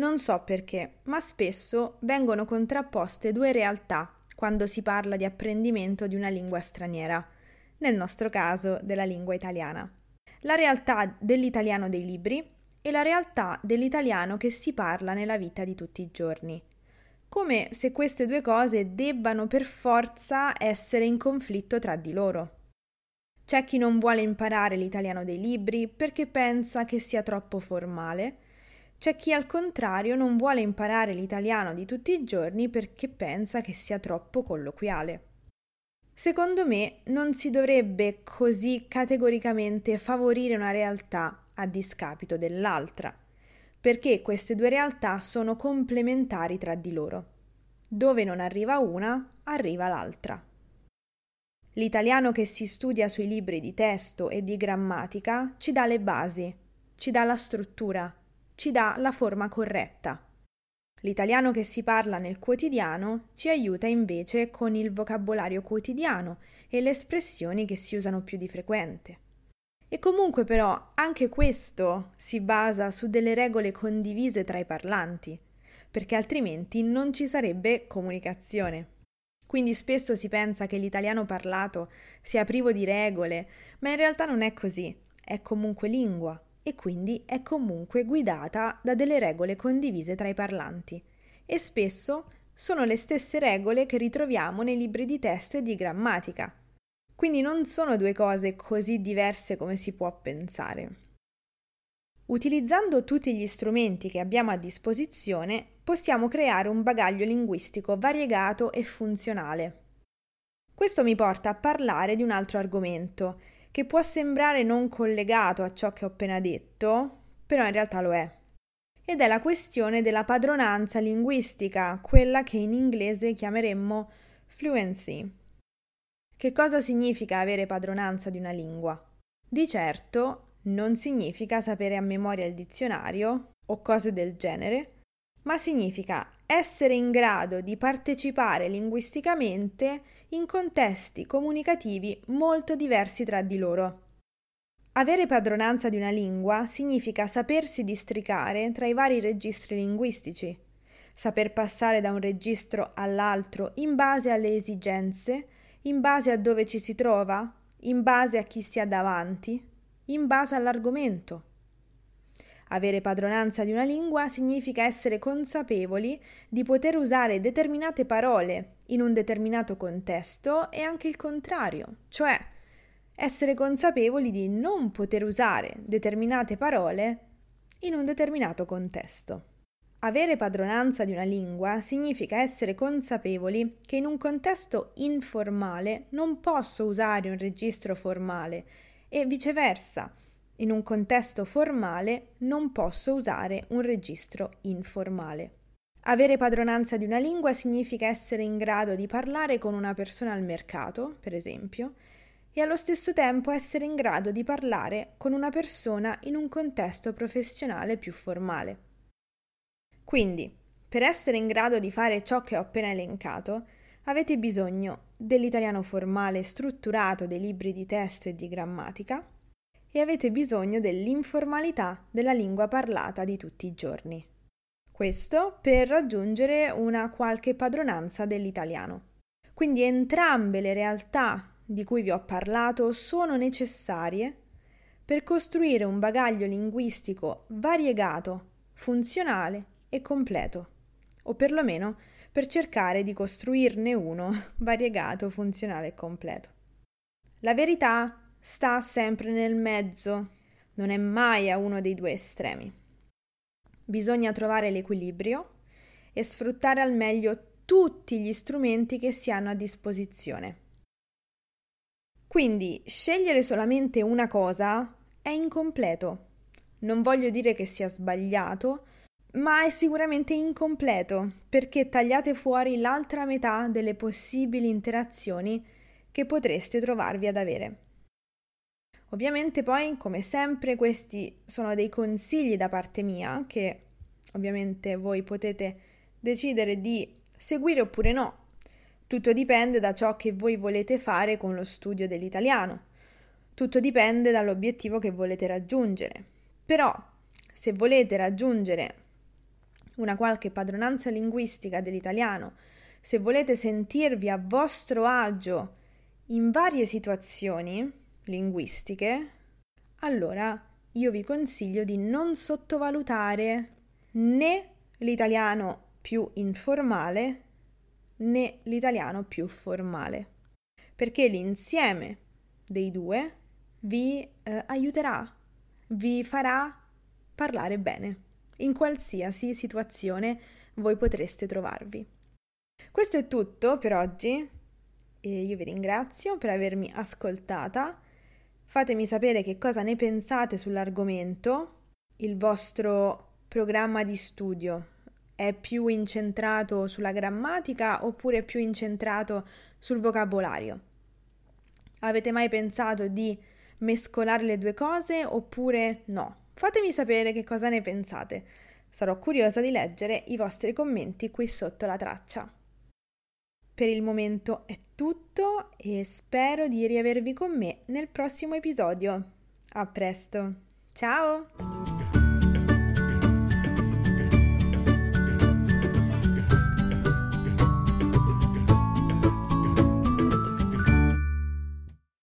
Non so perché, ma spesso vengono contrapposte due realtà quando si parla di apprendimento di una lingua straniera, nel nostro caso della lingua italiana. La realtà dell'italiano dei libri e la realtà dell'italiano che si parla nella vita di tutti i giorni. Come se queste due cose debbano per forza essere in conflitto tra di loro. C'è chi non vuole imparare l'italiano dei libri perché pensa che sia troppo formale. C'è chi al contrario non vuole imparare l'italiano di tutti i giorni perché pensa che sia troppo colloquiale. Secondo me non si dovrebbe così categoricamente favorire una realtà a discapito dell'altra, perché queste due realtà sono complementari tra di loro. Dove non arriva una, arriva l'altra. L'italiano che si studia sui libri di testo e di grammatica ci dà le basi, ci dà la struttura, ci dà la forma corretta. L'italiano che si parla nel quotidiano ci aiuta invece con il vocabolario quotidiano e le espressioni che si usano più di frequente. E comunque però anche questo si basa su delle regole condivise tra i parlanti, perché altrimenti non ci sarebbe comunicazione. Quindi spesso si pensa che l'italiano parlato sia privo di regole, ma in realtà non è così, è comunque lingua e quindi è comunque guidata da delle regole condivise tra i parlanti e spesso sono le stesse regole che ritroviamo nei libri di testo e di grammatica. Quindi non sono due cose così diverse come si può pensare. Utilizzando tutti gli strumenti che abbiamo a disposizione, possiamo creare un bagaglio linguistico variegato e funzionale. Questo mi porta a parlare di un altro argomento, che può sembrare non collegato a ciò che ho appena detto, però in realtà lo è. Ed è la questione della padronanza linguistica, quella che in inglese chiameremmo fluency. Che cosa significa avere padronanza di una lingua? Di certo non significa sapere a memoria il dizionario o cose del genere, ma significa essere in grado di partecipare linguisticamente in contesti comunicativi molto diversi tra di loro. Avere padronanza di una lingua significa sapersi districare tra i vari registri linguistici, saper passare da un registro all'altro in base alle esigenze, in base a dove ci si trova, in base a chi si ha davanti, in base all'argomento. Avere padronanza di una lingua significa essere consapevoli di poter usare determinate parole in un determinato contesto e anche il contrario, cioè essere consapevoli di non poter usare determinate parole in un determinato contesto. Avere padronanza di una lingua significa essere consapevoli che in un contesto informale non posso usare un registro formale e viceversa. In un contesto formale non posso usare un registro informale. Avere padronanza di una lingua significa essere in grado di parlare con una persona al mercato, per esempio, e allo stesso tempo essere in grado di parlare con una persona in un contesto professionale più formale. Quindi, per essere in grado di fare ciò che ho appena elencato, avete bisogno dell'italiano formale strutturato dei libri di testo e di grammatica, e avete bisogno dell'informalità della lingua parlata di tutti i giorni. Questo per raggiungere una qualche padronanza dell'italiano. Quindi entrambe le realtà di cui vi ho parlato sono necessarie per costruire un bagaglio linguistico variegato, funzionale e completo, o perlomeno per cercare di costruirne uno variegato, funzionale e completo. La verità sta sempre nel mezzo, non è mai a uno dei due estremi. Bisogna trovare l'equilibrio e sfruttare al meglio tutti gli strumenti che si hanno a disposizione. Quindi scegliere solamente una cosa è incompleto. Non voglio dire che sia sbagliato, ma è sicuramente incompleto perché tagliate fuori l'altra metà delle possibili interazioni che potreste trovarvi ad avere. Ovviamente poi, come sempre, questi sono dei consigli da parte mia che ovviamente voi potete decidere di seguire oppure no. Tutto dipende da ciò che voi volete fare con lo studio dell'italiano. Tutto dipende dall'obiettivo che volete raggiungere. Però, se volete raggiungere una qualche padronanza linguistica dell'italiano, se volete sentirvi a vostro agio in varie situazioni linguistiche, allora io vi consiglio di non sottovalutare né l'italiano più informale né l'italiano più formale, perché l'insieme dei due vi aiuterà, vi farà parlare bene in qualsiasi situazione voi potreste trovarvi. Questo è tutto per oggi e io vi ringrazio per avermi ascoltata. Fatemi sapere che cosa ne pensate sull'argomento. Il vostro programma di studio è più incentrato sulla grammatica oppure più incentrato sul vocabolario? Avete mai pensato di mescolare le due cose oppure no? Fatemi sapere che cosa ne pensate. Sarò curiosa di leggere i vostri commenti qui sotto la traccia. Per il momento è tutto e spero di riavervi con me nel prossimo episodio. A presto! Ciao!